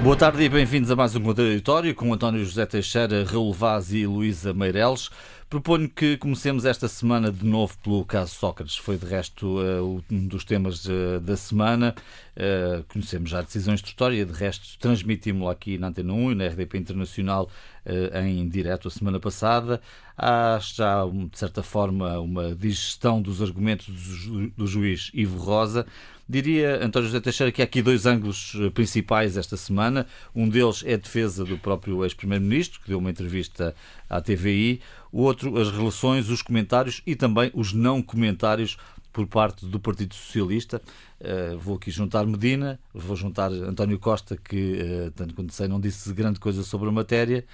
Boa tarde e bem-vindos a mais um Contraditório com António José Teixeira, Raul Vaz e Luísa Meireles. Proponho que comecemos esta semana de novo pelo caso Sócrates. Foi, de resto, um dos temas da semana. Conhecemos já a decisão instrutória, de resto, transmitimos-la aqui na Antena 1 e na RDP Internacional em direto a semana passada. Há já, de certa forma, uma digestão dos argumentos do juiz Ivo Rosa. Diria, António José Teixeira, que há aqui dois ângulos principais esta semana. Um deles é a defesa do próprio ex-primeiro-ministro, que deu uma entrevista à TVI. O outro, as relações, os comentários e também os não comentários por parte do Partido Socialista. Vou aqui juntar Medina, vou juntar António Costa, que, tanto quanto sei, não disse grande coisa sobre a matéria.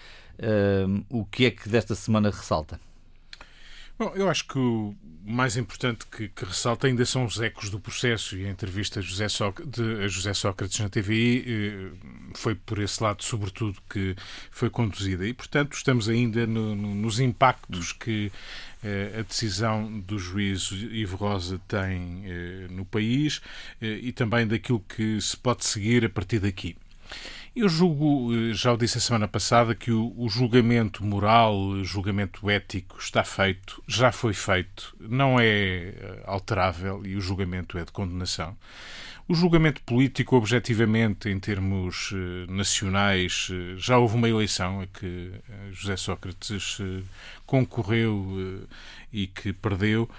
O que é que desta semana ressalta? Bom, eu acho que o mais importante que ressalta ainda são os ecos do processo, e a entrevista de José Sócrates na TVI foi por esse lado, sobretudo, que foi conduzida. E, portanto, estamos ainda nos impactos que a decisão do juiz Ivo Rosa tem no país e também daquilo que se pode seguir a partir daqui. Eu julgo, já o disse a semana passada, que o julgamento moral, o julgamento ético está feito, já foi feito, não é alterável e o julgamento é de condenação. O julgamento político, objetivamente, em termos nacionais, já houve uma eleição a que José Sócrates concorreu e que perdeu.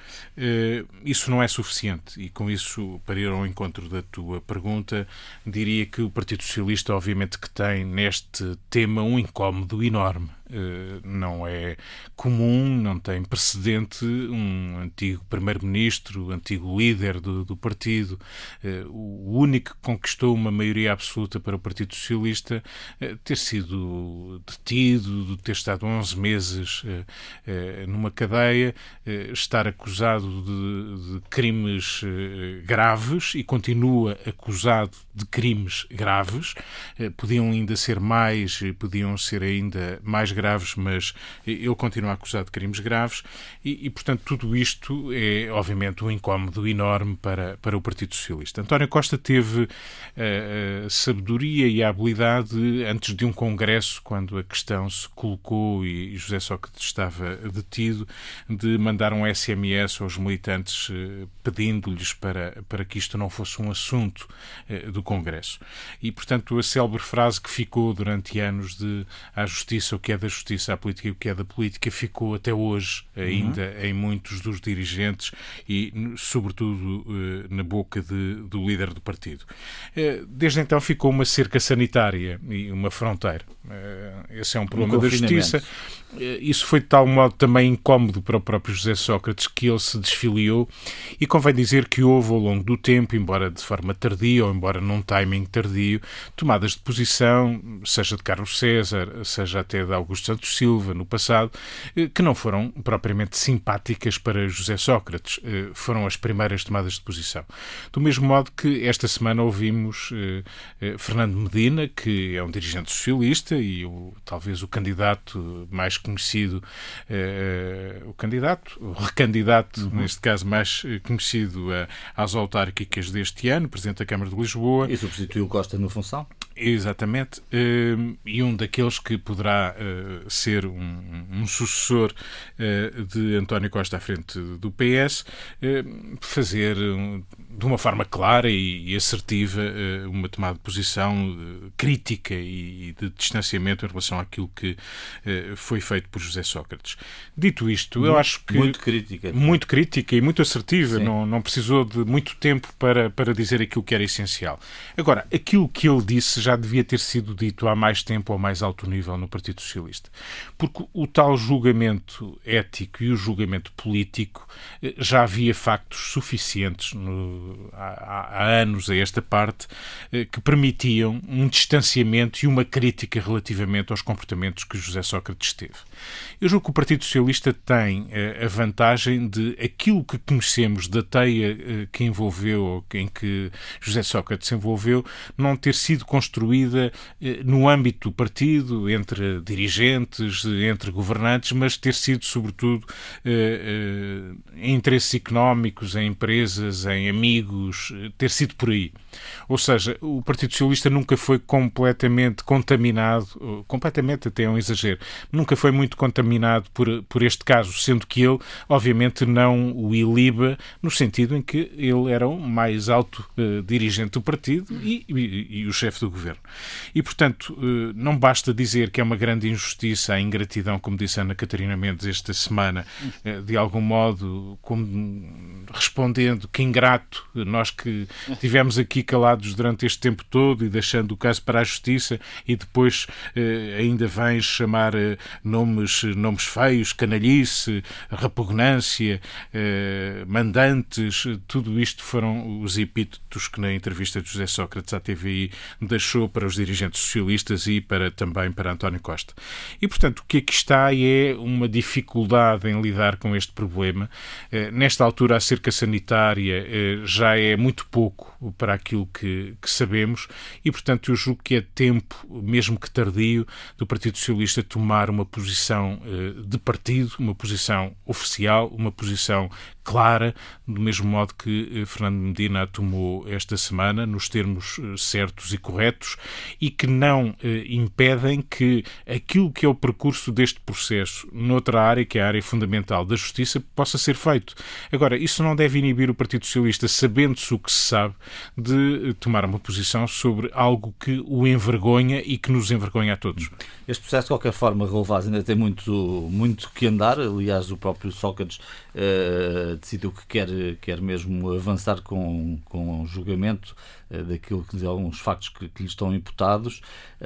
Isso não é suficiente e, com isso, para ir ao encontro da tua pergunta, diria que o Partido Socialista, obviamente, que tem neste tema um incómodo enorme. Não é comum, não tem precedente um antigo primeiro-ministro, antigo líder do partido, o único que conquistou uma maioria absoluta para o Partido Socialista, ter sido detido, ter estado 11 meses numa cadeia, estar acusado de crimes graves e continua acusado de crimes graves. Podiam ainda ser mais, podiam ser ainda mais graves, mas ele continua acusado de crimes graves e, portanto, tudo isto é, obviamente, um incómodo enorme para o Partido Socialista. António Costa teve a sabedoria e a habilidade, antes de um congresso, quando a questão se colocou e José Sócrates estava detido, de mandar um SMS aos militantes pedindo-lhes para que isto não fosse um assunto do Congresso. E, portanto, a célebre frase que ficou durante anos de à justiça o que é da justiça, à política o que é da política, ficou até hoje ainda em muitos dos dirigentes e, sobretudo, na boca do líder do partido. Desde então ficou uma cerca sanitária e uma fronteira. Esse é um problema da justiça. Isso foi de tal modo também incómodo para o próprio José Sócrates que ele se desfiliou, e convém dizer que houve ao longo do tempo, embora de forma tardia ou embora num timing tardio, tomadas de posição, seja de Carlos César, seja até de Augusto Santos Silva no passado, que não foram propriamente simpáticas para José Sócrates. Foram as primeiras tomadas de posição. Do mesmo modo que esta semana ouvimos Fernando Medina, que é um dirigente socialista e talvez o candidato mais conhecido, o recandidato, neste caso mais conhecido às autárquicas deste ano, Presidente da Câmara de Lisboa. E substituiu Costa na função? Exatamente, e um daqueles que poderá ser um sucessor de António Costa à frente do PS, fazer de uma forma clara e assertiva uma tomada de posição crítica e de distanciamento em relação àquilo que foi feito por José Sócrates. Dito isto, eu acho que... Muito crítica. Muito crítica e muito assertiva, Sim. não precisou de muito tempo para dizer aquilo que era essencial. Agora, aquilo que ele disse já devia ter sido dito há mais tempo ao mais alto nível no Partido Socialista. Porque o tal julgamento ético e o julgamento político, já havia factos suficientes há anos a esta parte que permitiam um distanciamento e uma crítica relativamente aos comportamentos que José Sócrates teve. Eu julgo que o Partido Socialista tem a vantagem de aquilo que conhecemos da teia que envolveu, ou em que José Sócrates se envolveu, não ter sido construída no âmbito do partido, entre dirigentes, entre governantes, mas ter sido, sobretudo, em interesses económicos, em empresas, em amigos, ter sido por aí. Ou seja, o Partido Socialista nunca foi completamente contaminado, completamente até é um exagero, nunca foi muito contaminado por este caso, sendo que ele, obviamente, não o iliba no sentido em que ele era o mais alto dirigente do partido e o chefe do governo. E, portanto, não basta dizer que é uma grande injustiça a ingratidão, como disse Ana Catarina Mendes esta semana, de algum modo, como respondendo que ingrato, nós que tivemos aqui calados durante este tempo todo e deixando o caso para a Justiça e depois ainda vens chamar nomes feios, canalhice, repugnância, mandantes, tudo isto foram os epítetos que na entrevista de José Sócrates à TVI deixou para os dirigentes socialistas e também para António Costa. E, portanto, o que aqui está é uma dificuldade em lidar com este problema. Nesta altura, a cerca sanitária já é muito pouco para aquilo que sabemos e, portanto, eu julgo que é tempo, mesmo que tardio, do Partido Socialista tomar uma posição de partido, uma posição oficial, uma posição clara, do mesmo modo que Fernando Medina a tomou esta semana, nos termos certos e corretos, e que não impedem que aquilo que é o percurso deste processo noutra área, que é a área fundamental da justiça, possa ser feito. Agora, isso não deve inibir o Partido Socialista, sabendo-se o que se sabe, de tomar uma posição sobre algo que o envergonha e que nos envergonha a todos. Este processo, de qualquer forma, Relvaz, ainda tem muito que andar. Aliás, o próprio Sócrates decidiu que quer mesmo avançar com o julgamento daquilo que alguns factos que lhe estão imputados.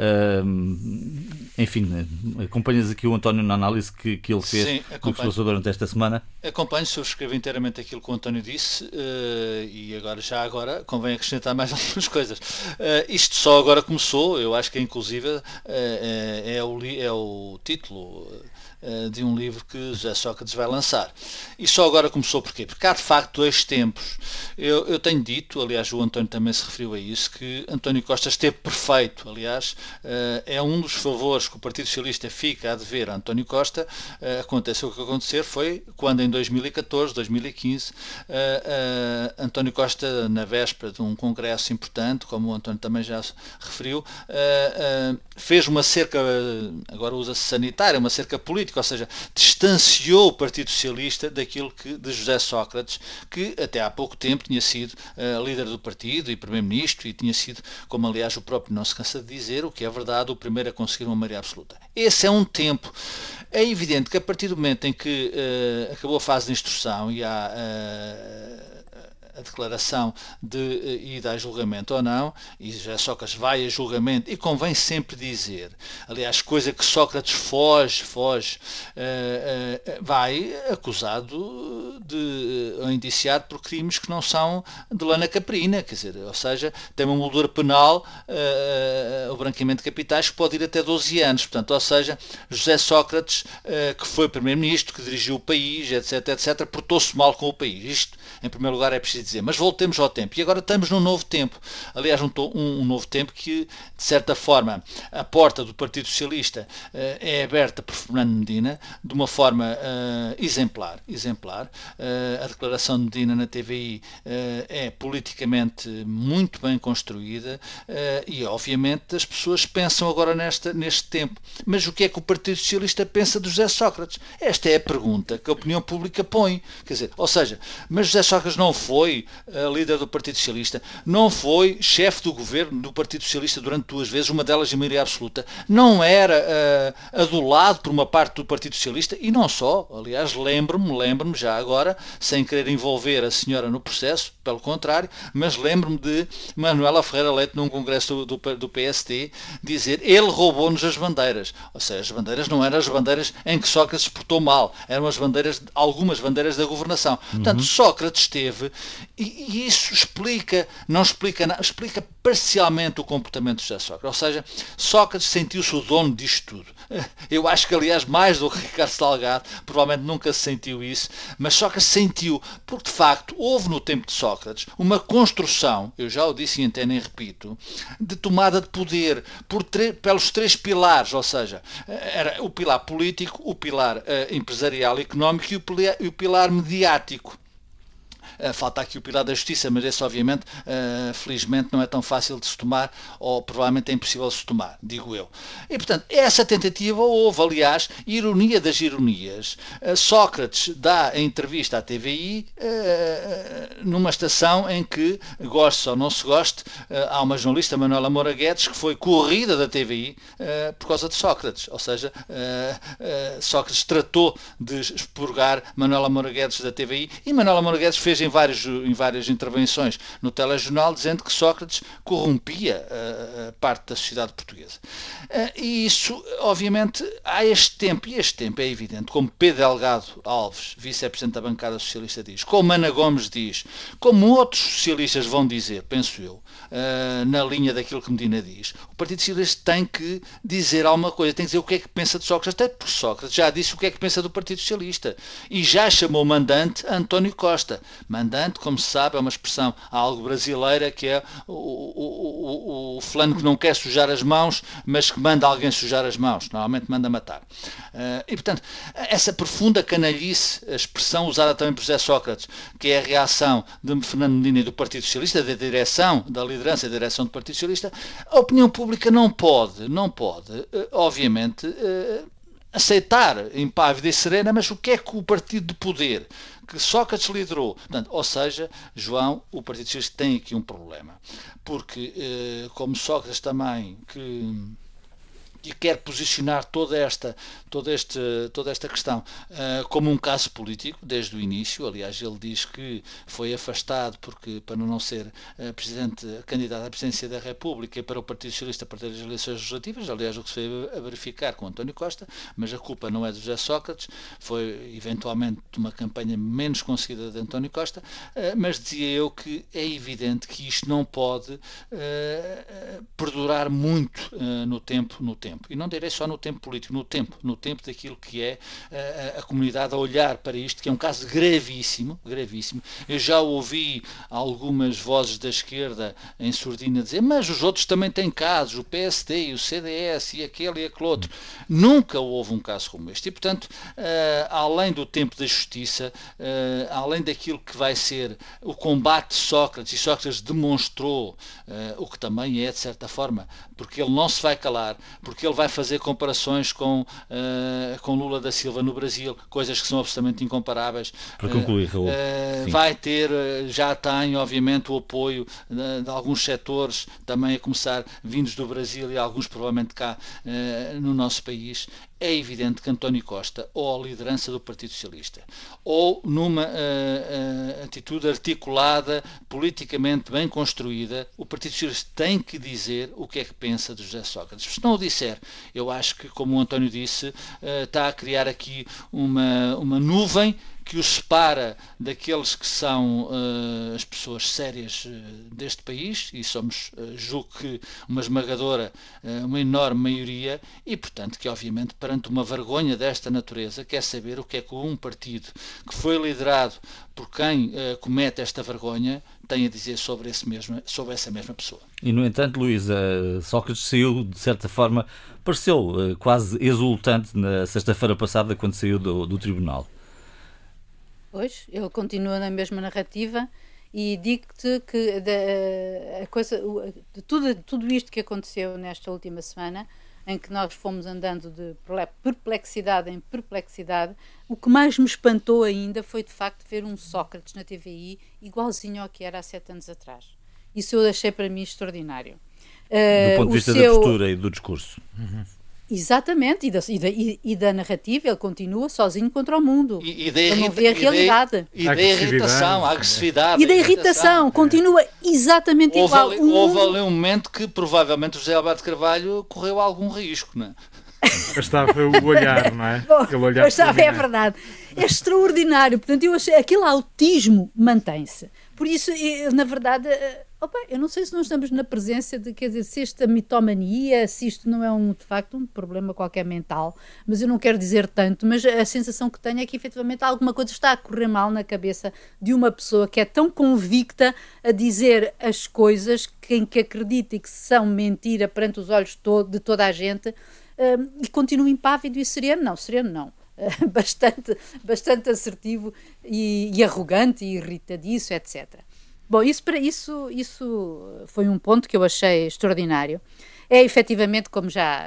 Enfim, acompanhas aqui o António na análise que ele fez. Sim, do que se passou durante esta semana? Acompanho, subscrevo inteiramente aquilo que o António disse e agora convém acrescentar mais algumas coisas. Isto só agora começou, eu acho que inclusive é o título de um livro que José Sócrates vai lançar. E só agora começou porquê? Porque há de facto 2 tempos. Eu tenho dito, aliás o António também se referiu a isso, que António Costa esteve perfeito. Aliás, é um dos favores que o Partido Socialista fica a dever a António Costa. Aconteceu o que acontecer foi quando em 2014, 2015, António Costa, na véspera de um congresso importante, como o António também já referiu, fez uma cerca, agora usa-se sanitária, uma cerca política, ou seja, distanciou o Partido Socialista daquilo de José Sócrates, que até há pouco tempo tinha sido líder do partido e primeiro-ministro e tinha sido, como aliás o próprio não se cansa de dizer, o que é verdade, o primeiro a conseguir uma maioria absoluta. Esse é um tempo. É evidente que a partir do momento em que acabou a fase de instrução e há a declaração de ida a julgamento ou não, e já Sócrates vai a julgamento, e convém sempre dizer, aliás, coisa que Sócrates foge, vai acusado ou indiciado por crimes que não são de lana caprina, quer dizer, ou seja, tem uma moldura penal, o branqueamento de capitais, que pode ir até 12 anos, portanto, ou seja, José Sócrates, que foi primeiro-ministro, que dirigiu o país, etc., portou-se mal com o país. Isto, em primeiro lugar, é preciso dizer. Mas voltemos ao tempo. E agora estamos num novo tempo. Aliás, um novo tempo que, de certa forma, a porta do Partido Socialista é aberta por Fernando Medina de uma forma exemplar. A declaração de Medina na TVI é politicamente muito bem construída e, obviamente, as pessoas pensam agora neste tempo. Mas o que é que o Partido Socialista pensa de José Sócrates? Esta é a pergunta que a opinião pública põe. Quer dizer, ou seja, mas José Sócrates não foi líder do Partido Socialista, não foi chefe do governo do Partido Socialista durante 2 vezes, uma delas em maioria absoluta, não era adulado por uma parte do Partido Socialista e não só, aliás, lembro-me já agora, sem querer envolver a senhora no processo, pelo contrário, mas lembro-me de Manuela Ferreira Leite num congresso do PSD dizer, ele roubou-nos as bandeiras, ou seja, as bandeiras não eram as bandeiras em que Sócrates se portou mal, eram algumas bandeiras da governação. Portanto, Sócrates teve, e isso explica parcialmente o comportamento de José Sócrates. Ou seja, Sócrates sentiu-se o dono disto tudo. Eu acho que, aliás, mais do que Ricardo Salgado, provavelmente nunca se sentiu isso, mas Sócrates Sócrates sentiu, porque de facto houve no tempo de Sócrates uma construção, eu já o disse e até nem repito, de tomada de poder pelos três pilares, ou seja, era o pilar político, o pilar empresarial e económico e o pilar mediático. Falta aqui o pilar da justiça, mas esse obviamente, felizmente, não é tão fácil de se tomar, ou provavelmente é impossível de se tomar, digo eu. E portanto, essa tentativa houve, aliás, ironia das ironias. Sócrates dá a entrevista à TVI numa estação em que, goste ou não se goste, há uma jornalista, Manuela Moura Guedes, que foi corrida da TVI por causa de Sócrates, ou seja, Sócrates tratou de expurgar Manuela Moura Guedes da TVI e Manuela Moura Guedes fez em várias intervenções no telejornal dizendo que Sócrates corrompia parte da sociedade portuguesa. E isso, obviamente, há este tempo, e este tempo é evidente, como Pedro Delgado Alves, vice-presidente da bancada socialista, diz, como Ana Gomes diz, como outros socialistas vão dizer, penso eu, na linha daquilo que Medina diz, o Partido Socialista tem que dizer alguma coisa, tem que dizer o que é que pensa de Sócrates, até porque Sócrates já disse o que é que pensa do Partido Socialista e já chamou mandante António Costa. Mandante, como se sabe, é uma expressão algo brasileira, que é o fulano que não quer sujar as mãos, mas que manda alguém sujar as mãos, normalmente manda matar. E, portanto, essa profunda canalhice, a expressão usada também por José Sócrates, que é a reação de Fernando Medina e do Partido Socialista, da direção, da liderança e da direção do Partido Socialista, a opinião pública não pode, obviamente, aceitar impávida e serena, mas o que é que o partido de poder que Sócrates liderou, portanto, ou seja, João, o Partido Socialista tem aqui um problema, porque como Sócrates também que quer posicionar toda esta questão como um caso político desde o início. Aliás, ele diz que foi afastado para não ser candidato à presidência da República e para o Partido Socialista perder as eleições legislativas, aliás, o que se foi a verificar com António Costa, mas a culpa não é de José Sócrates, foi eventualmente uma campanha menos conseguida de António Costa, mas dizia eu que é evidente que isto não pode perdurar muito no tempo. E não direi só no tempo político, no tempo daquilo que é a comunidade a olhar para isto, que é um caso gravíssimo. Eu já ouvi algumas vozes da esquerda em surdina dizer, mas os outros também têm casos, o PSD e o CDS e aquele e aquele outro. Nunca houve um caso como este. E, portanto, além do tempo da justiça, além daquilo que vai ser o combate de Sócrates, e Sócrates demonstrou o que também é, de certa forma, porque ele não se vai calar, porque ele vai fazer comparações com Lula da Silva no Brasil, coisas que são absolutamente incomparáveis. Para concluir, Raul, vai ter, já tem, obviamente, o apoio de alguns setores, também a começar vindos do Brasil e alguns provavelmente cá no nosso país. É evidente que António Costa, ou a liderança do Partido Socialista, ou numa atitude articulada, politicamente bem construída, o Partido Socialista tem que dizer o que é que pensa de José Sócrates. Se não o disser, eu acho que, como o António disse, está a criar aqui uma nuvem que o separa daqueles que são as pessoas sérias deste país, e somos, julgo que, uma esmagadora, uma enorme maioria, e, portanto, que, obviamente, perante uma vergonha desta natureza, quer saber o que é que um partido que foi liderado por quem comete esta vergonha tem a dizer sobre essa mesma pessoa. E, no entanto, Luísa, Sócrates saiu, de certa forma, pareceu quase exultante na sexta-feira passada, quando saiu do tribunal. Pois, ele continua na mesma narrativa e digo-te que tudo isto que aconteceu nesta última semana, em que nós fomos andando de perplexidade em perplexidade, o que mais me espantou ainda foi de facto ver um Sócrates na TVI igualzinho ao que era há 7 anos atrás. Isso eu achei para mim extraordinário. Do ponto de vista da postura e do discurso. Uhum. Exatamente, e da narrativa, ele continua sozinho contra o mundo. Ele não vê a realidade. E da irritação, a agressividade. E da irritação, continua exatamente igual. Houve ali um momento que provavelmente o José Alberto Carvalho correu algum risco, não é? Bastava o olhar, não é? Aquele olhar é verdade. É extraordinário. Portanto, eu achei aquele autismo mantém-se. Por isso, na verdade, eu não sei se nós estamos na presença de, quer dizer, se esta mitomania, se isto não é de facto um problema qualquer mental, mas eu não quero dizer tanto, mas a sensação que tenho é que efetivamente alguma coisa está a correr mal na cabeça de uma pessoa que é tão convicta a dizer as coisas que acredita e que são mentira perante os olhos de toda a gente, e continua impávido e sereno não. Bastante assertivo e arrogante e irritadiço, etc. Bom, isso foi um ponto que eu achei extraordinário. É efetivamente, como já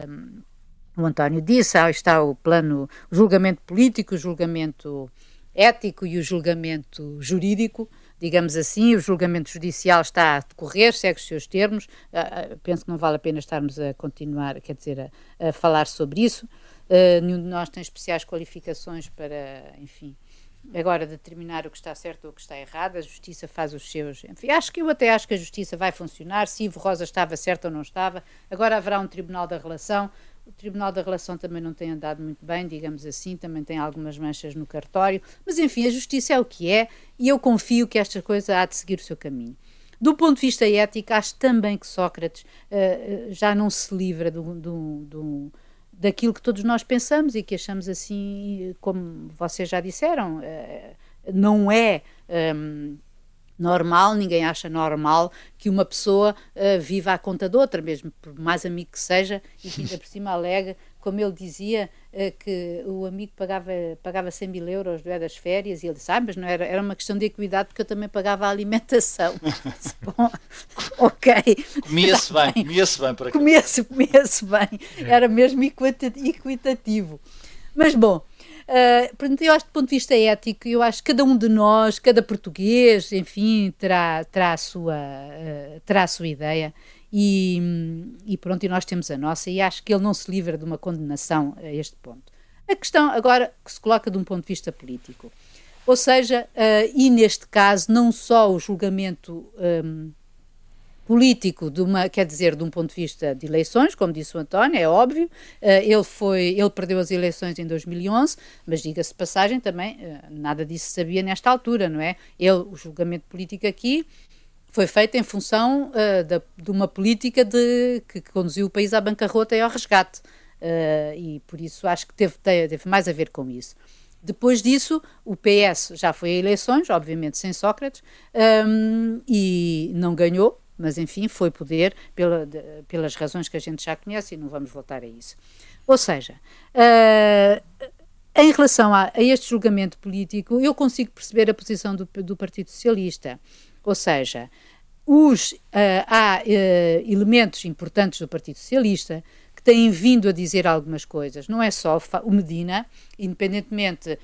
o António disse, está o julgamento político, o julgamento ético e o julgamento jurídico, digamos assim. O julgamento judicial está a decorrer, segue os seus termos. Penso que não vale a pena estarmos a continuar, quer dizer, a falar sobre isso. Nenhum de nós tem especiais qualificações para, enfim, agora determinar o que está certo ou o que está errado. A Justiça faz os seus... Enfim, eu até acho que a Justiça vai funcionar. Se Ivo Rosa estava certo ou não estava. Agora haverá um Tribunal da Relação. O Tribunal da Relação também não tem andado muito bem, digamos assim. Também tem algumas manchas no cartório. Mas, enfim, a Justiça é o que é e eu confio que esta coisa há de seguir o seu caminho. Do ponto de vista ético, acho também que Sócrates já não se livra daquilo que todos nós pensamos e que achamos assim, como vocês já disseram, não é normal, ninguém acha normal que uma pessoa viva à conta de outra, mesmo por mais amigo que seja, e que ainda por cima alega, como ele dizia, que o amigo pagava 100 mil euros das férias, e ele disse, mas não era uma questão de equidade porque eu também pagava a alimentação. Bom, ok. Comia-se bem por aqui. Comia-se bem, era mesmo equitativo. Mas bom, eu acho que do ponto de vista ético, eu acho que cada um de nós, cada português, enfim, terá a sua ideia e pronto, e nós temos a nossa, e acho que ele não se livra de uma condenação a este ponto. A questão agora que se coloca de um ponto de vista político, ou seja, e neste caso não só o julgamento político, de um ponto de vista de eleições, como disse o António, é óbvio, ele perdeu as eleições em 2011, mas diga-se de passagem também, nada disso se sabia nesta altura, não é? O julgamento político aqui foi feito em função de uma política que conduziu o país à bancarrota e ao resgate, e por isso acho que teve mais a ver com isso. Depois disso, o PS já foi a eleições, obviamente sem Sócrates, e não ganhou, mas enfim, foi poder pelas razões que a gente já conhece e não vamos voltar a isso. Ou seja, em relação a este julgamento político, eu consigo perceber a posição do Partido Socialista. Ou seja, há elementos importantes do Partido Socialista que têm vindo a dizer algumas coisas. Não é só o Medina, independentemente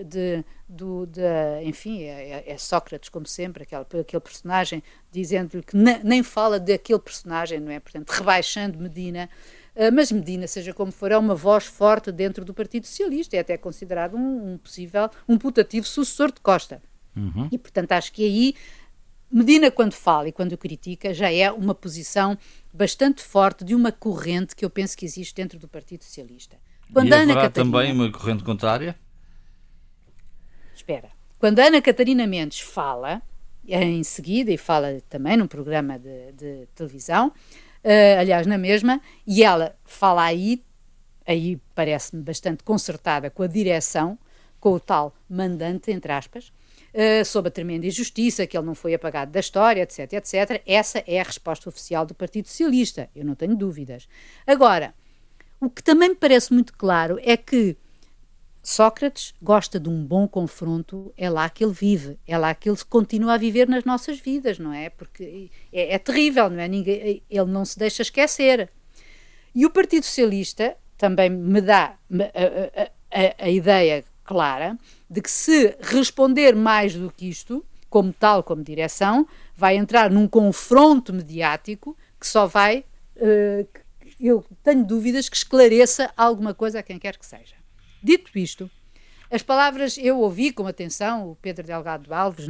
enfim, é Sócrates, como sempre, aquele personagem, dizendo-lhe que nem fala daquele personagem, não é? Portanto, rebaixando Medina. Mas Medina, seja como for, é uma voz forte dentro do Partido Socialista, é até considerado um putativo sucessor de Costa. Uhum. E, portanto, acho que aí Medina, quando fala e quando critica, já é uma posição bastante forte de uma corrente que eu penso que existe dentro do Partido Socialista. Quando haverá também uma corrente contrária? Espera. Quando a Ana Catarina Mendes fala, em seguida, e fala também num programa de televisão, aliás, na mesma, e ela fala aí parece-me bastante concertada com a direção, com o tal mandante, entre aspas, sobre a tremenda injustiça, que ele não foi apagado da história, etc, etc. Essa é a resposta oficial do Partido Socialista, eu não tenho dúvidas. Agora, o que também me parece muito claro é que Sócrates gosta de um bom confronto, é lá que ele vive, é lá que ele continua a viver nas nossas vidas, não é? Porque é terrível, não é? Ele não se deixa esquecer. E o Partido Socialista também me dá a ideia clara de que se responder mais do que isto, como direção, vai entrar num confronto mediático que só vai, eu tenho dúvidas que esclareça alguma coisa a quem quer que seja. Dito isto, as palavras eu ouvi com atenção o Pedro Delgado Alves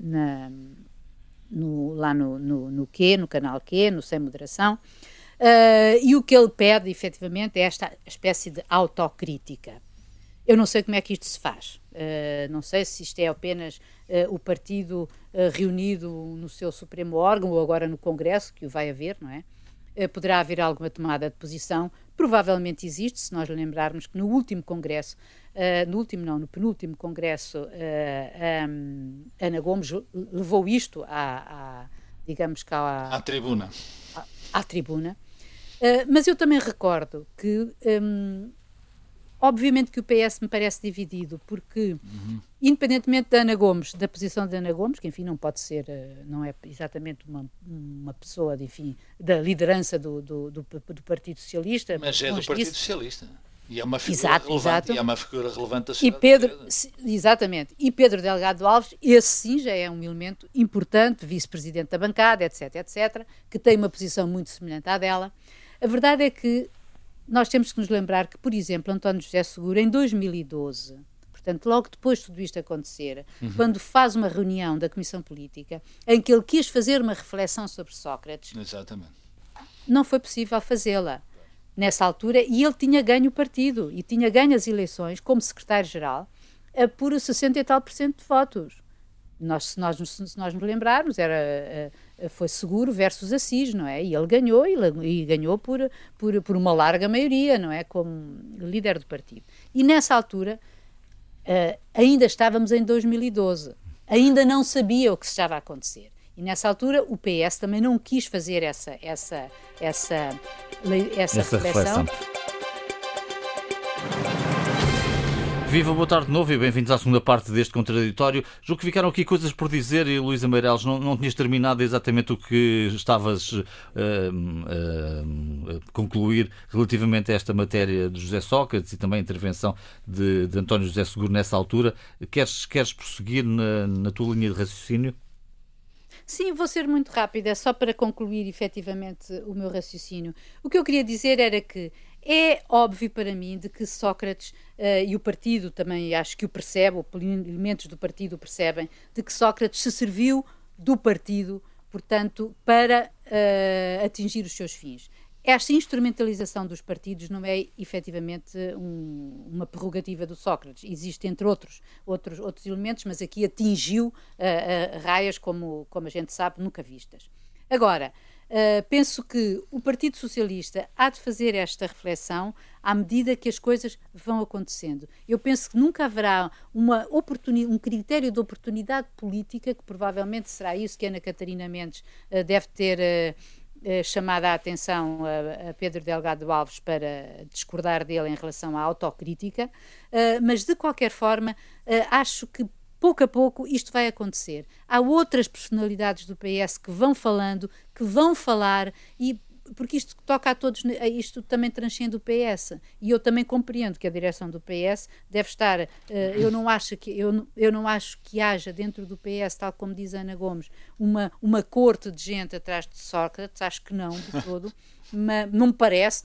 lá no canal Q, no Sem Moderação, e o que ele pede, efetivamente, é esta espécie de autocrítica. Eu não sei como é que isto se faz. Não sei se isto é apenas o partido reunido no seu supremo órgão ou agora no Congresso, que o vai haver, não é? Poderá haver alguma tomada de posição, provavelmente existe, se nós lembrarmos que no último Congresso, no penúltimo Congresso, Ana Gomes levou isto digamos que à tribuna. À tribuna. Mas eu também recordo que, obviamente que o PS me parece dividido, porque, independentemente da Ana Gomes, da posição de Ana Gomes, que enfim não pode ser, não é exatamente uma pessoa, enfim, da liderança do Partido Socialista. Mas é do Partido Socialista. E é uma figura relevante. Exato. E é uma figura relevante da sociedade. Exatamente. E Pedro Delgado Alves, esse sim já é um elemento importante, vice-presidente da bancada, etc, etc, que tem uma posição muito semelhante à dela. A verdade é que nós temos que nos lembrar que, por exemplo, António José Seguro, em 2012, portanto, logo depois de tudo isto acontecer, quando faz uma reunião da Comissão Política, em que ele quis fazer uma reflexão sobre Sócrates, exatamente, não foi possível fazê-la nessa altura, e ele tinha ganho o partido, e tinha ganho as eleições como secretário-geral por 60 e tal % de votos. Se nós nos lembrarmos, foi Seguro versus Assis, não é? E ele ganhou, e ganhou por uma larga maioria, não é? Como líder do partido. E nessa altura, ainda estávamos em 2012, ainda não sabia o que estava a acontecer. E nessa altura o PS também não quis fazer essa reflexão. Viva, boa tarde de novo e bem-vindos à segunda parte deste contraditório. Julgo que ficaram aqui coisas por dizer e, Luísa Meireles, não tinhas terminado exatamente o que estavas a concluir relativamente a esta matéria de José Sócrates e também a intervenção de António José Seguro nessa altura. Queres prosseguir na tua linha de raciocínio? Sim, vou ser muito rápida, só para concluir efetivamente o meu raciocínio. O que eu queria dizer era que é óbvio para mim de que Sócrates e o partido também, acho que o percebe, elementos do partido o percebem, de que Sócrates se serviu do partido, portanto, para atingir os seus fins. Esta instrumentalização dos partidos não é efetivamente uma prerrogativa do Sócrates. Existe, entre outros elementos, mas aqui atingiu raias, como a gente sabe, nunca vistas. Agora, penso que o Partido Socialista há de fazer esta reflexão à medida que as coisas vão acontecendo. Eu penso que nunca haverá um critério de oportunidade política, que provavelmente será isso que Ana Catarina Mendes deve ter chamada a atenção a Pedro Delgado Alves para discordar dele em relação à autocrítica, mas de qualquer forma acho que pouco a pouco isto vai acontecer. Há outras personalidades do PS que vão falando, que vão falar, e porque isto toca a todos, isto também transcende o PS, e eu também compreendo que a direção do PS deve estar, eu não acho que haja dentro do PS, tal como diz Ana Gomes, uma corte de gente atrás de Sócrates, acho que não, de todo, mas não me parece,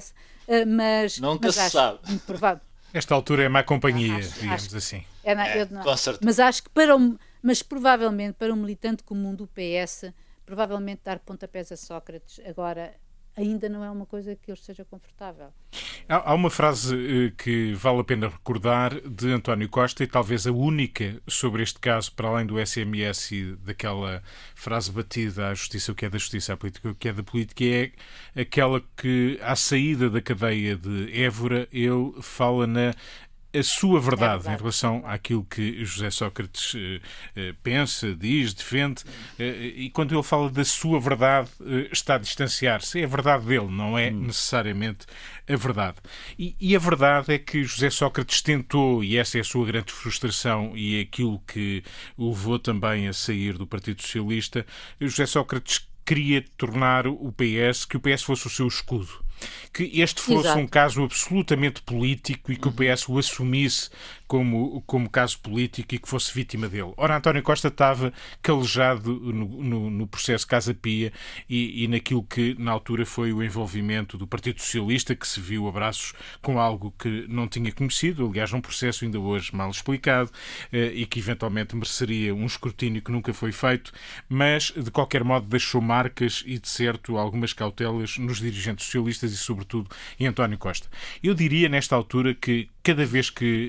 mas nunca se sabe. Provável. Esta altura é má companhia, digamos assim. Com certeza. Mas acho que mas provavelmente para um militante comum do PS, provavelmente dar pontapés a Sócrates agora ainda não é uma coisa que ele esteja confortável. Há uma frase que vale a pena recordar de António Costa, e talvez a única sobre este caso, para além do SMS e daquela frase batida: à justiça o que é da justiça, à política o que é da política, é aquela que, à saída da cadeia de Évora, ele fala a sua verdade em relação àquilo que José Sócrates pensa, diz, defende, e quando ele fala da sua verdade está a distanciar-se. É a verdade dele, não é necessariamente a verdade. E a verdade é que José Sócrates tentou, e essa é a sua grande frustração e aquilo que o levou também a sair do Partido Socialista, José Sócrates queria tornar que o PS fosse o seu escudo. Que este fosse um caso absolutamente político e que o PS o assumisse como caso político e que fosse vítima dele. Ora, António Costa estava calejado no processo Casa Pia e naquilo que na altura foi o envolvimento do Partido Socialista, que se viu a braços com algo que não tinha conhecido, aliás, um processo ainda hoje mal explicado e que eventualmente mereceria um escrutínio que nunca foi feito, mas de qualquer modo deixou marcas e, de certo, algumas cautelas nos dirigentes socialistas e, sobretudo, em António Costa. Eu diria, nesta altura, que cada vez que José Sócrates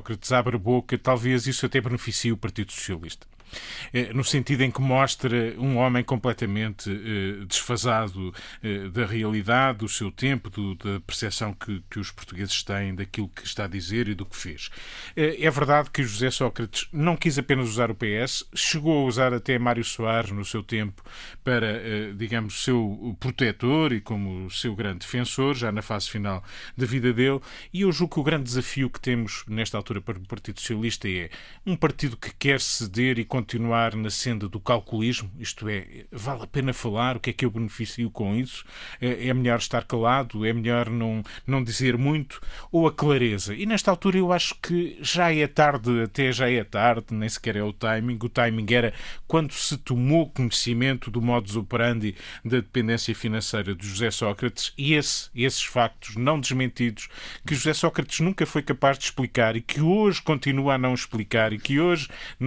Sócrates abre a boca, talvez isso até beneficie o Partido Socialista. No sentido em que mostra um homem completamente desfasado da realidade, do seu tempo, da percepção que os portugueses têm daquilo que está a dizer e do que fez. É verdade que José Sócrates não quis apenas usar o PS, chegou a usar até Mário Soares no seu tempo para, digamos, seu protetor e como seu grande defensor, já na fase final da vida dele, e eu julgo que o grande desafio que temos nesta altura para o Partido Socialista é um partido que quer ceder e continuar na senda do calculismo, isto é, vale a pena falar, o que é que eu beneficio com isso? É melhor estar calado? É melhor não dizer muito? Ou a clareza? E nesta altura eu acho que já é tarde, nem sequer é o timing. O timing era quando se tomou conhecimento do modus operandi da dependência financeira de José Sócrates e esses factos não desmentidos que José Sócrates nunca foi capaz de explicar e que hoje continua a não explicar e que hoje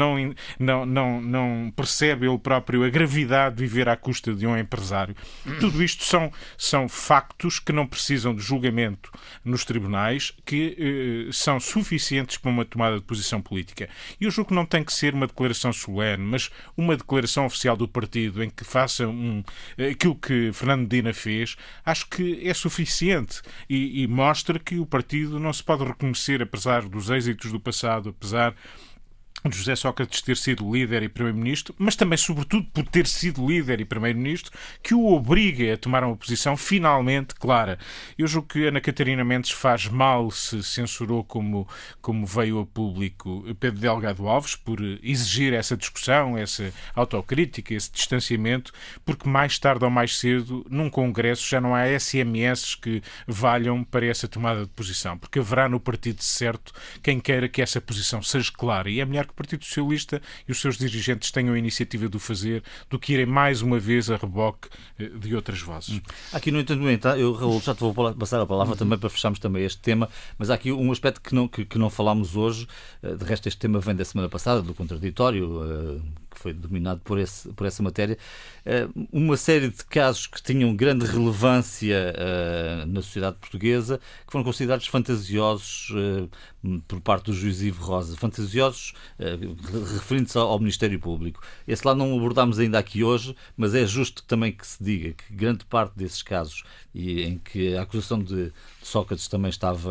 não percebe ele próprio a gravidade de viver à custa de um empresário. Tudo isto são factos que não precisam de julgamento nos tribunais, que são suficientes para uma tomada de posição política. E eu julgo que não tem que ser uma declaração solene, mas uma declaração oficial do partido em que faça aquilo que Fernando Medina fez, acho que é suficiente e mostra que o partido não se pode reconhecer, apesar dos êxitos do passado, apesar de José Sócrates ter sido líder e primeiro-ministro, mas também, sobretudo, por ter sido líder e primeiro-ministro, que o obriga a tomar uma posição finalmente clara. Eu julgo que Ana Catarina Mendes faz mal se censurou como veio a público Pedro Delgado Alves por exigir essa discussão, essa autocrítica, esse distanciamento, porque mais tarde ou mais cedo, num congresso, já não há SMS que valham para essa tomada de posição, porque haverá no partido certo quem queira que essa posição seja clara, e é melhor que o Partido Socialista e os seus dirigentes tenham a iniciativa de o fazer do que irem mais uma vez a reboque de outras vozes. Aqui, no entanto, eu, Raul, já te vou passar a palavra também para fecharmos também este tema, mas há aqui um aspecto que não falámos hoje. De resto, este tema vem da semana passada, do contraditório, que foi dominado por essa matéria. Uma série de casos que tinham grande relevância na sociedade portuguesa, que foram considerados fantasiosos por parte do juiz Ivo Rosa, fantasiosos referindo-se ao Ministério Público. Esse lado não abordámos ainda aqui hoje, mas é justo também que se diga que grande parte desses casos e em que a acusação de Sócrates também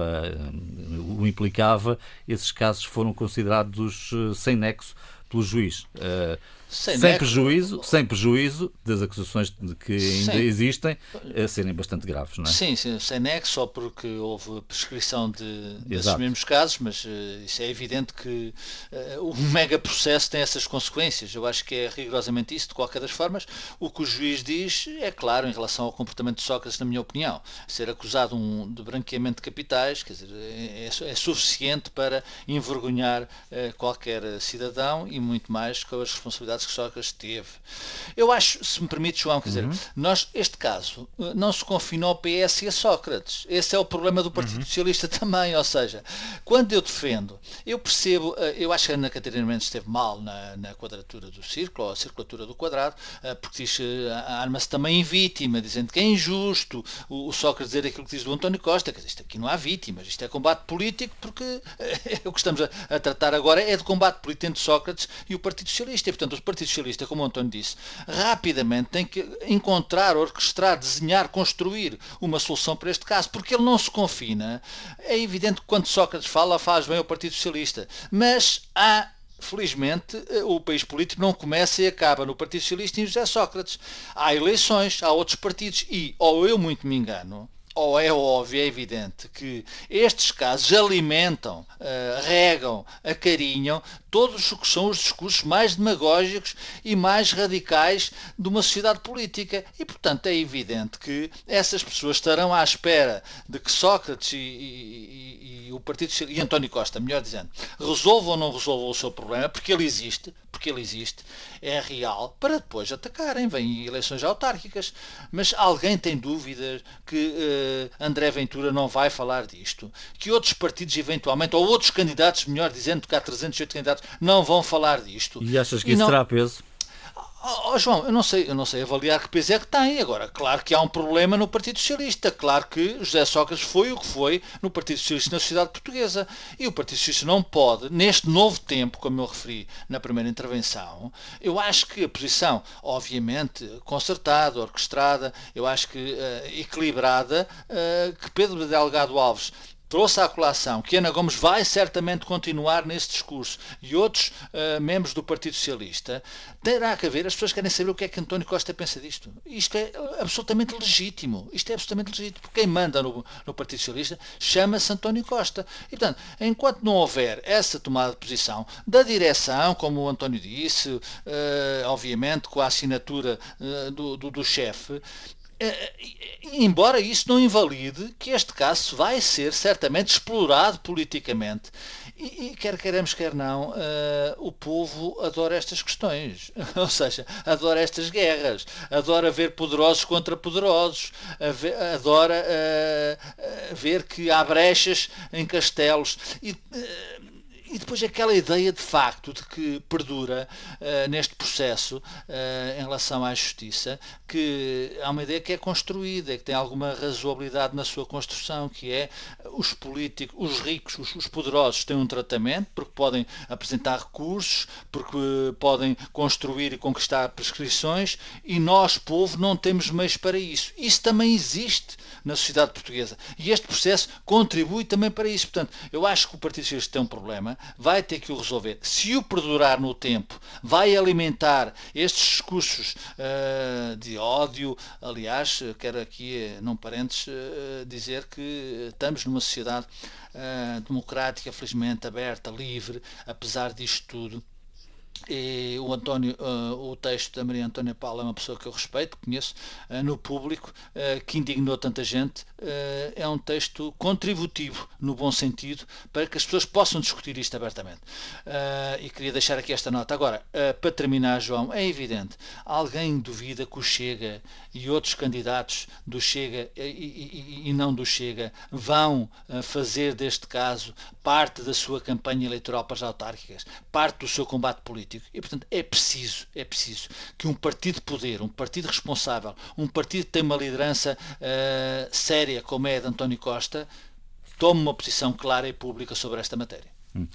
o implicava, esses casos foram considerados sem nexo pelo juiz. Sem prejuízo das acusações que ainda existem a serem bastante graves, não é? Sim, sem nexo, só porque houve prescrição desses mesmos casos, mas isso é evidente que o mega processo tem essas consequências. Eu acho que é rigorosamente isso, de qualquer das formas. O que o juiz diz é claro em relação ao comportamento de Sócrates, na minha opinião. Ser acusado de branqueamento de capitais, quer dizer, é suficiente para envergonhar qualquer cidadão e muito mais com as responsabilidades que Sócrates teve. Eu acho, se me permite, João, quer dizer, este caso não se confina ao PS e a Sócrates. Esse é o problema do Partido Socialista também, ou seja, quando eu defendo, eu percebo, eu acho que a Ana Catarina Mendes esteve mal na quadratura do círculo, ou a circulatura do quadrado, porque diz, arma-se também em vítima, dizendo que é injusto o Sócrates dizer aquilo que diz do António Costa, quer dizer, isto aqui não há vítimas, isto é combate político, porque o que estamos a tratar agora é de combate político entre Sócrates e o Partido Socialista, e portanto o Partido Socialista, como o António disse, rapidamente tem que encontrar, orquestrar, desenhar, construir uma solução para este caso, porque ele não se confina. É evidente que quando Sócrates faz bem o Partido Socialista, mas felizmente, o país político não começa e acaba no Partido Socialista e em José Sócrates. Há eleições, há outros partidos e, ou eu muito me engano, ou é óbvio, é evidente que estes casos alimentam, regam, acarinham todos os que são os discursos mais demagógicos e mais radicais de uma sociedade política. E, portanto, é evidente que essas pessoas estarão à espera de que Sócrates e o Partido Socialista, e António Costa, melhor dizendo, resolvam ou não resolvam o seu problema, porque ele existe, é real, para depois atacarem. Vêm eleições autárquicas. Mas alguém tem dúvidas que André Ventura não vai falar disto? Que outros partidos, eventualmente, ou outros candidatos, melhor dizendo, porque há 308 candidatos, não vão falar disto? E achas que isso terá peso? João, eu não sei avaliar que peso é que tem. Agora, claro que há um problema no Partido Socialista. Claro que José Sócrates foi o que foi no Partido Socialista na sociedade portuguesa. E o Partido Socialista não pode, neste novo tempo, como eu referi na primeira intervenção, eu acho que a posição, obviamente, concertada, orquestrada, eu acho que equilibrada, que Pedro Delgado Alves trouxe à colação, que Ana Gomes vai certamente continuar nesse discurso e outros membros do Partido Socialista, terá que haver, as pessoas querem saber o que é que António Costa pensa disto. Isto é absolutamente legítimo. Isto é absolutamente legítimo. Porque quem manda no Partido Socialista chama-se António Costa. E, portanto, enquanto não houver essa tomada de posição da direção, como o António disse, obviamente com a assinatura do chefe, embora isso não invalide que este caso vai ser certamente explorado politicamente e quer queiramos, quer não, o povo adora estas questões, ou seja, adora estas guerras, adora ver poderosos contra poderosos, adora ver que há brechas em castelos e depois aquela ideia de facto de que perdura neste processo em relação à justiça, que há uma ideia que é construída, que tem alguma razoabilidade na sua construção, que é os políticos, os ricos, os poderosos têm um tratamento porque podem apresentar recursos, porque podem construir e conquistar prescrições e nós, povo, não temos meios para isso. Isso também existe na sociedade portuguesa e este processo contribui também para isso. Portanto, eu acho que o Partido Socialista tem um problema, vai ter que o resolver. Se o perdurar no tempo, vai alimentar estes discursos de ódio. Aliás, quero aqui, num parênteses, dizer que estamos numa sociedade democrática, felizmente aberta, livre, apesar disto tudo. E o texto da Maria Antónia Paula é uma pessoa que eu respeito, conheço no público, que indignou tanta gente. É um texto contributivo, no bom sentido, para que as pessoas possam discutir isto abertamente. E queria deixar aqui esta nota. Agora, para terminar, João, é evidente, alguém duvida que o Chega e outros candidatos do Chega e não do Chega vão fazer deste caso parte da sua campanha eleitoral para as autárquicas, parte do seu combate político. E, portanto, é preciso que um partido de poder, um partido responsável, um partido que tem uma liderança séria, como é a de António Costa, tome uma posição clara e pública sobre esta matéria.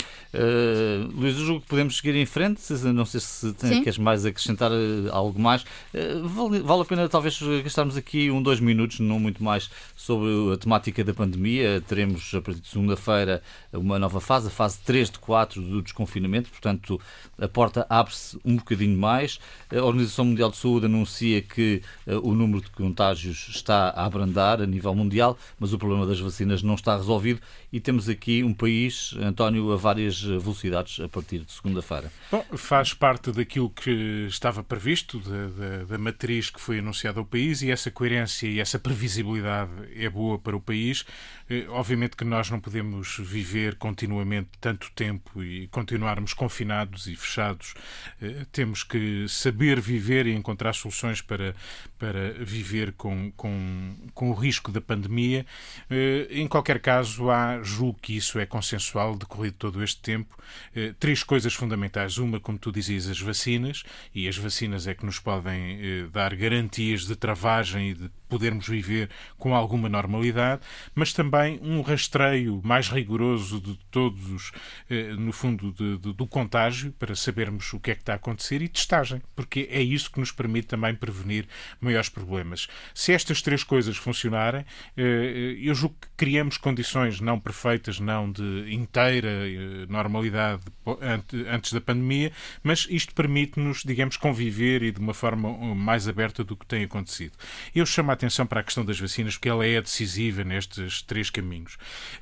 Luís, eu julgo que podemos seguir em frente. Não sei se queres mais acrescentar algo mais. Vale a pena talvez gastarmos aqui 2 minutos, não muito mais, sobre a temática da pandemia. Teremos a partir de segunda-feira uma nova fase, a fase 3 de 4 do desconfinamento, portanto a porta abre-se um bocadinho mais. A Organização Mundial de Saúde anuncia que o número de contágios está a abrandar a nível mundial, mas o problema das vacinas não está resolvido e temos aqui um país, António, a várias velocidades a partir de segunda-feira. Bom, faz parte daquilo que estava previsto, da matriz que foi anunciada ao país, e essa coerência e essa previsibilidade é boa para o país. Obviamente que nós não podemos viver continuamente tanto tempo e continuarmos confinados e fechados. Temos que saber viver e encontrar soluções para viver com o risco da pandemia. Em qualquer caso, julgo que isso é consensual decorrido todo este tempo. 3 coisas fundamentais. Uma, como tu dizias, as vacinas, e as vacinas é que nos podem dar garantias de travagem e de podermos viver com alguma normalidade, mas também um rastreio mais rigoroso de todos, no fundo, do contágio, para sabermos o que é que está a acontecer, e testagem, porque é isso que nos permite também prevenir maiores problemas. Se estas 3 coisas funcionarem, eu julgo que criamos condições não perfeitas, não de inteira normalidade antes da pandemia, mas isto permite-nos, digamos, conviver e de uma forma mais aberta do que tem acontecido. Eu chamo a atenção para a questão das vacinas, porque ela é decisiva nestes 3 caminhos.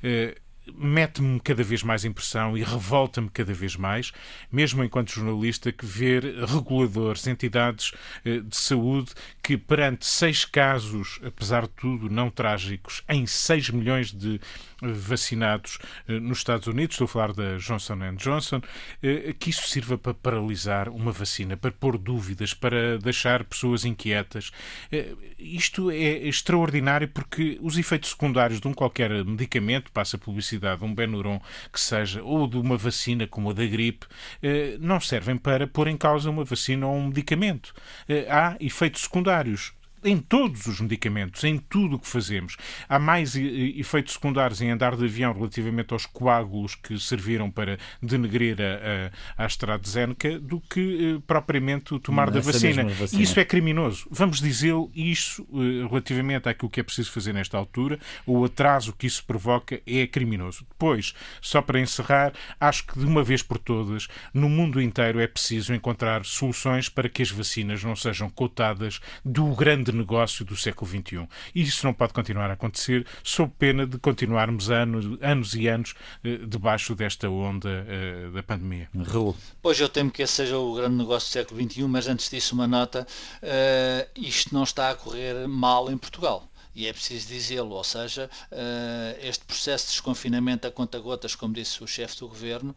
Mete-me cada vez mais impressão e revolta-me cada vez mais, mesmo enquanto jornalista, que ver reguladores, entidades de saúde que perante 6 casos, apesar de tudo não trágicos, em 6 milhões de vacinados nos Estados Unidos, estou a falar da Johnson & Johnson, que isso sirva para paralisar uma vacina, para pôr dúvidas, para deixar pessoas inquietas. Isto é extraordinário, porque os efeitos secundários de qualquer medicamento, passa a publicidade necessidade de um Benuron que seja, ou de uma vacina como a da gripe, não servem para pôr em causa uma vacina ou um medicamento. Há efeitos secundários em todos os medicamentos, em tudo o que fazemos. Há mais efeitos secundários em andar de avião relativamente aos coágulos que serviram para denegrir a AstraZeneca do que propriamente o tomar da vacina. E isso é criminoso. Vamos dizê-lo, isso relativamente àquilo que é preciso fazer nesta altura, o atraso que isso provoca é criminoso. Depois, só para encerrar, acho que de uma vez por todas, no mundo inteiro é preciso encontrar soluções para que as vacinas não sejam cotadas do grande negócio do século XXI. E isso não pode continuar a acontecer sob pena de continuarmos anos e anos debaixo desta onda da pandemia. Raul. Pois eu temo que esse seja o grande negócio do século XXI, mas antes disso uma nota, isto não está a correr mal em Portugal. E é preciso dizê-lo, ou seja, este processo de desconfinamento a conta-gotas, como disse o chefe do governo,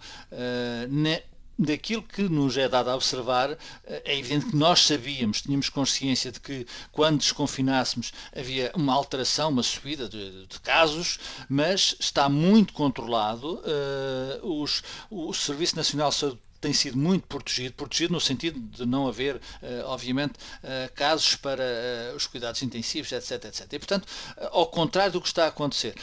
daquilo que nos é dado a observar, é evidente que nós sabíamos, tínhamos consciência de que quando desconfinássemos havia uma alteração, uma subida de casos, mas está muito controlado. O Serviço Nacional de Saúde tem sido muito protegido no sentido de não haver, obviamente, casos para os cuidados intensivos, etc, etc. E, portanto, ao contrário do que está a acontecer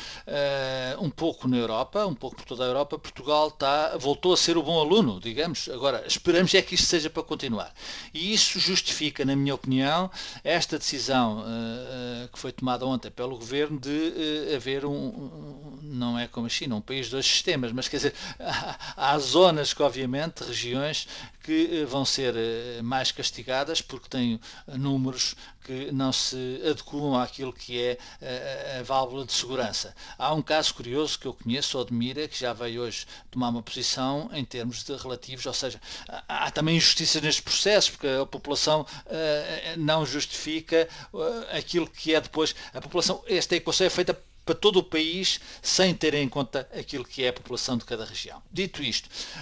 um pouco na Europa, um pouco por toda a Europa, Portugal voltou a ser o bom aluno, digamos. Agora, esperamos é que isto seja para continuar. E isso justifica, na minha opinião, esta decisão que foi tomada ontem pelo Governo de haver não é como a China, um país de dois sistemas, mas quer dizer, há zonas que, obviamente, regiões que vão ser mais castigadas porque têm números que não se adequam àquilo que é a válvula de segurança. Há um caso curioso que eu conheço, o Odmira, que já veio hoje tomar uma posição em termos de relativos, ou seja, há também injustiça neste processo, porque a população não justifica aquilo que é depois. A população, esta equação é feita para todo o país, sem ter em conta aquilo que é a população de cada região. Dito isto,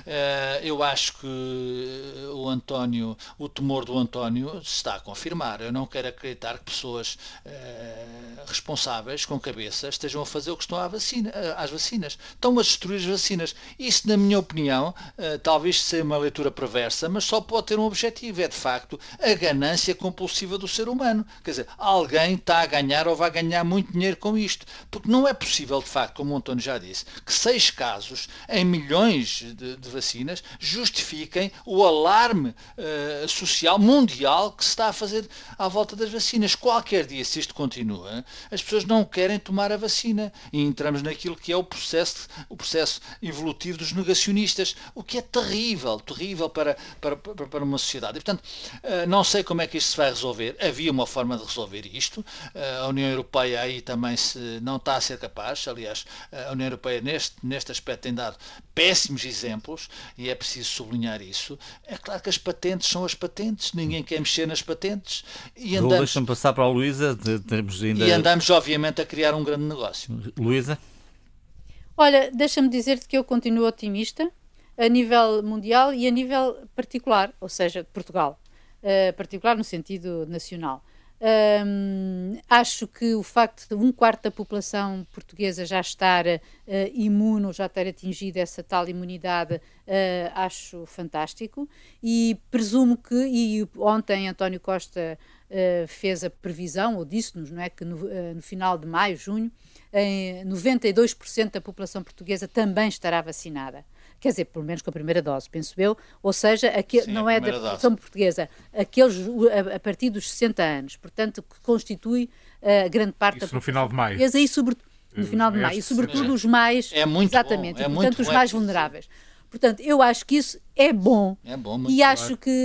eu acho que o temor do António se está a confirmar. Eu não quero acreditar que pessoas responsáveis, com cabeça, estejam a fazer o que estão às vacinas. Estão a destruir as vacinas. Isso, na minha opinião, talvez seja uma leitura perversa, mas só pode ter um objetivo. É, de facto, a ganância compulsiva do ser humano. Quer dizer, alguém está a ganhar ou vai ganhar muito dinheiro com isto. Porque não é possível, de facto, como o António já disse, que 6 casos em milhões de vacinas justifiquem o alarme social mundial que se está a fazer à volta das vacinas. Qualquer dia, se isto continua, as pessoas não querem tomar a vacina e entramos naquilo que é o processo evolutivo dos negacionistas, o que é terrível para uma sociedade. E, portanto, não sei como é que isto se vai resolver. Havia uma forma de resolver isto. A União Europeia aí também não está a ser capaz. Aliás, a União Europeia neste aspecto tem dado péssimos exemplos e é preciso sublinhar isso. É claro que as patentes são as patentes, ninguém quer mexer nas patentes e deixa-me passar para a Luísa. E andamos, obviamente, a criar um grande negócio. Luísa? Olha, deixa-me dizer-te que eu continuo otimista a nível mundial e a nível particular, ou seja, de Portugal, particular no sentido nacional. Acho que o facto de 1/4 da população portuguesa já estar imune ou já ter atingido essa tal imunidade, acho fantástico e presumo que, e ontem António Costa fez a previsão, ou disse-nos, não é, que no final de maio, junho, 92% da população portuguesa também estará vacinada. Quer dizer, pelo menos com a primeira dose, penso eu, ou seja, Sim, não é da população portuguesa, aqueles a partir dos 60 anos, portanto, que constitui grande parte da população no final de maio. portuguesa e sobretudo no final de maio, e sobretudo os mais, exatamente, bom, portanto, os mais vulneráveis. Portanto, eu acho que isso é bom. É bom, e acho que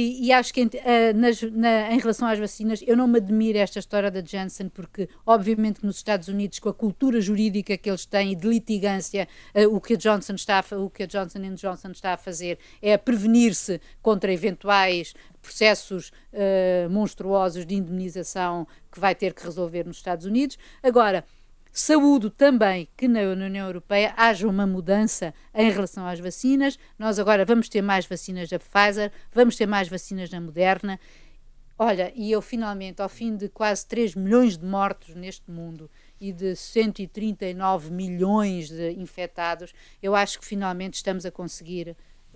em relação às vacinas, eu não me admiro esta história da Janssen, porque obviamente nos Estados Unidos, com a cultura jurídica que eles têm de litigância, o que a Johnson Johnson está a fazer é a prevenir-se contra eventuais processos monstruosos de indemnização que vai ter que resolver nos Estados Unidos. Agora, saúdo também que na União Europeia haja uma mudança em relação às vacinas. Nós agora vamos ter mais vacinas da Pfizer, vamos ter mais vacinas da Moderna. Olha, e eu finalmente, ao fim de quase 3 milhões de mortos neste mundo e de 139 milhões de infectados, eu acho que finalmente estamos a conseguir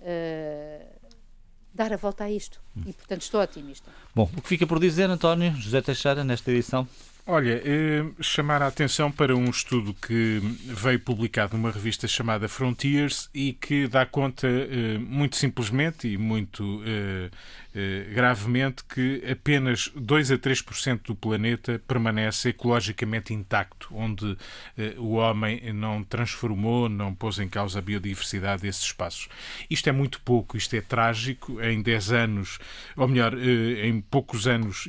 dar a volta a isto. E, portanto, estou otimista. Bom, o que fica por dizer, António José Teixeira, nesta edição? Olha, chamar a atenção para um estudo que veio publicado numa revista chamada Frontiers e que dá conta muito simplesmente e muito gravemente que apenas 2 a 3% do planeta permanece ecologicamente intacto, onde o homem não transformou, não pôs em causa a biodiversidade desses espaços. Isto é muito pouco, isto é trágico. Em 10 anos, ou melhor, em poucos anos,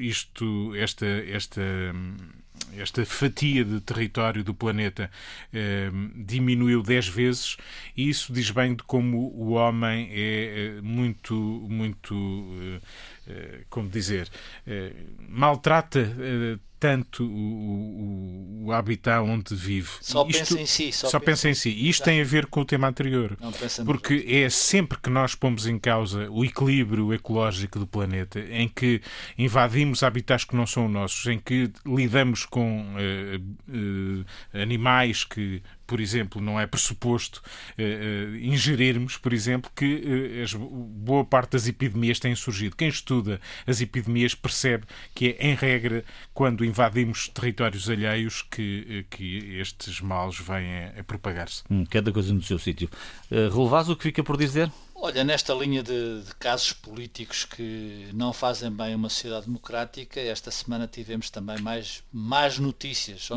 esta fatia de território do planeta diminuiu 10 vezes, e isso diz bem de como o homem é muito, como dizer, maltrata tanto o habitat onde vive. Pensa em si. Só pensa em si. E isto tem a ver com o tema anterior. Porque é sempre que nós pomos em causa o equilíbrio ecológico do planeta, em que invadimos habitats que não são nossos, em que lidamos com animais que, por exemplo, não é pressuposto ingerirmos, por exemplo, que boa parte das epidemias têm surgido. Quem estuda as epidemias percebe que é, em regra, quando invadimos territórios alheios que estes males vêm a propagar-se. Cada coisa no seu sítio. Relevás, o que fica por dizer? Olha, nesta linha de casos políticos que não fazem bem a uma sociedade democrática, esta semana tivemos também mais notícias.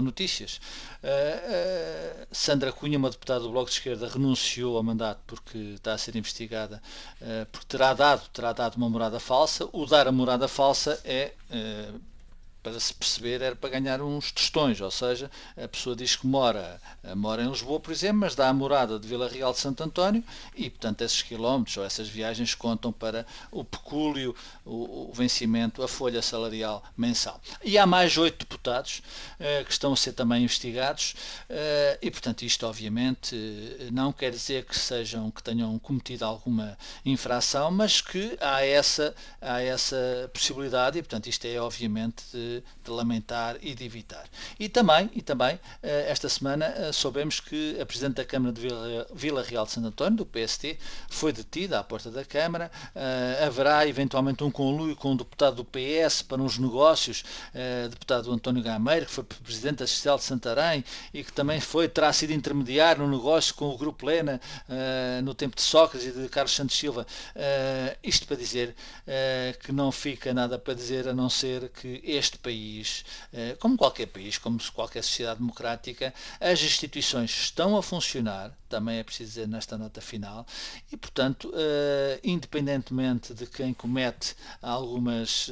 Sandra Cunha, uma deputada do Bloco de Esquerda, renunciou ao mandato porque está a ser investigada, porque terá dado uma morada falsa. O dar a morada falsa para se perceber, era para ganhar uns tostões, ou seja, a pessoa diz que mora em Lisboa, por exemplo, mas dá a morada de Vila Real de Santo António e, portanto, esses quilómetros ou essas viagens contam para o pecúlio, o vencimento, a folha salarial mensal. E há mais 8 deputados que estão a ser também investigados e, portanto, isto obviamente não quer dizer que tenham cometido alguma infração, mas que há essa possibilidade e, portanto, isto é obviamente de lamentar e de evitar. E também esta semana soubemos que a Presidente da Câmara de Vila Real de Santo António, do PST, foi detida à porta da Câmara. Haverá eventualmente um conluio com um deputado do PS para uns negócios, deputado António Gameiro, que foi Presidente Associal de Santarém e que também terá sido intermediário no negócio com o Grupo Lena no tempo de Sócrates e de Carlos Santos Silva. Isto para dizer que não fica nada para dizer a não ser que este país, como qualquer país, como qualquer sociedade democrática, as instituições estão a funcionar, também é preciso dizer nesta nota final, e portanto, independentemente de quem comete algumas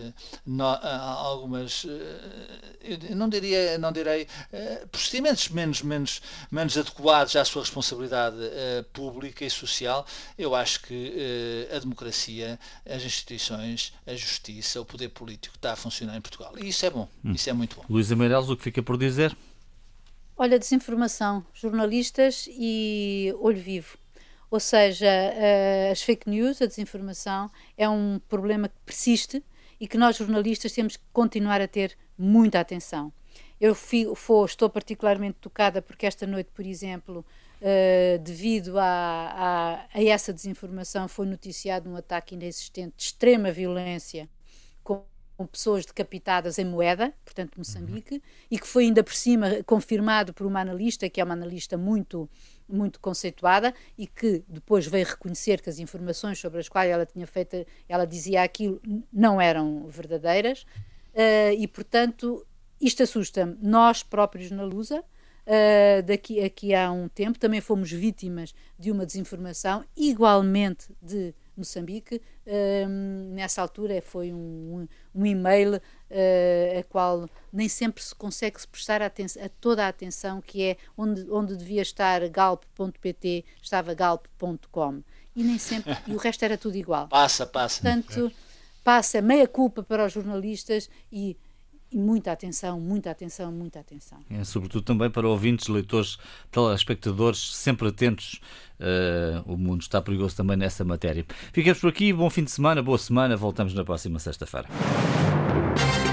não direi procedimentos menos adequados à sua responsabilidade pública e social, eu acho que a democracia, as instituições, a justiça, o poder político está a funcionar em Portugal. E isso é bom, isso é muito bom. Luísa Meireles, o que fica por dizer? Olha, desinformação, jornalistas e olho vivo. Ou seja, as fake news, a desinformação, é um problema que persiste e que nós jornalistas temos que continuar a ter muita atenção. Estou particularmente tocada porque esta noite, por exemplo, devido a essa desinformação, foi noticiado um ataque inexistente de extrema violência com pessoas decapitadas em Moeda, portanto Moçambique, e que foi ainda por cima confirmado por uma analista, que é uma analista muito conceituada e que depois veio reconhecer que as informações sobre as quais ela tinha feito, ela dizia aquilo, não eram verdadeiras, e portanto isto assusta-me. Nós próprios na Lusa, aqui há um tempo, também fomos vítimas de uma desinformação igualmente de Moçambique. Nessa altura foi um e-mail a qual nem sempre se consegue prestar a toda a atenção, que é onde devia estar galp.pt, estava galp.com e nem sempre, e o resto era tudo igual. Passa. Portanto, passa meia culpa para os jornalistas e muita atenção. Sobretudo também para ouvintes, leitores, telespectadores, sempre atentos. O mundo está perigoso também nessa matéria. Ficamos por aqui, bom fim de semana, boa semana, voltamos na próxima sexta-feira.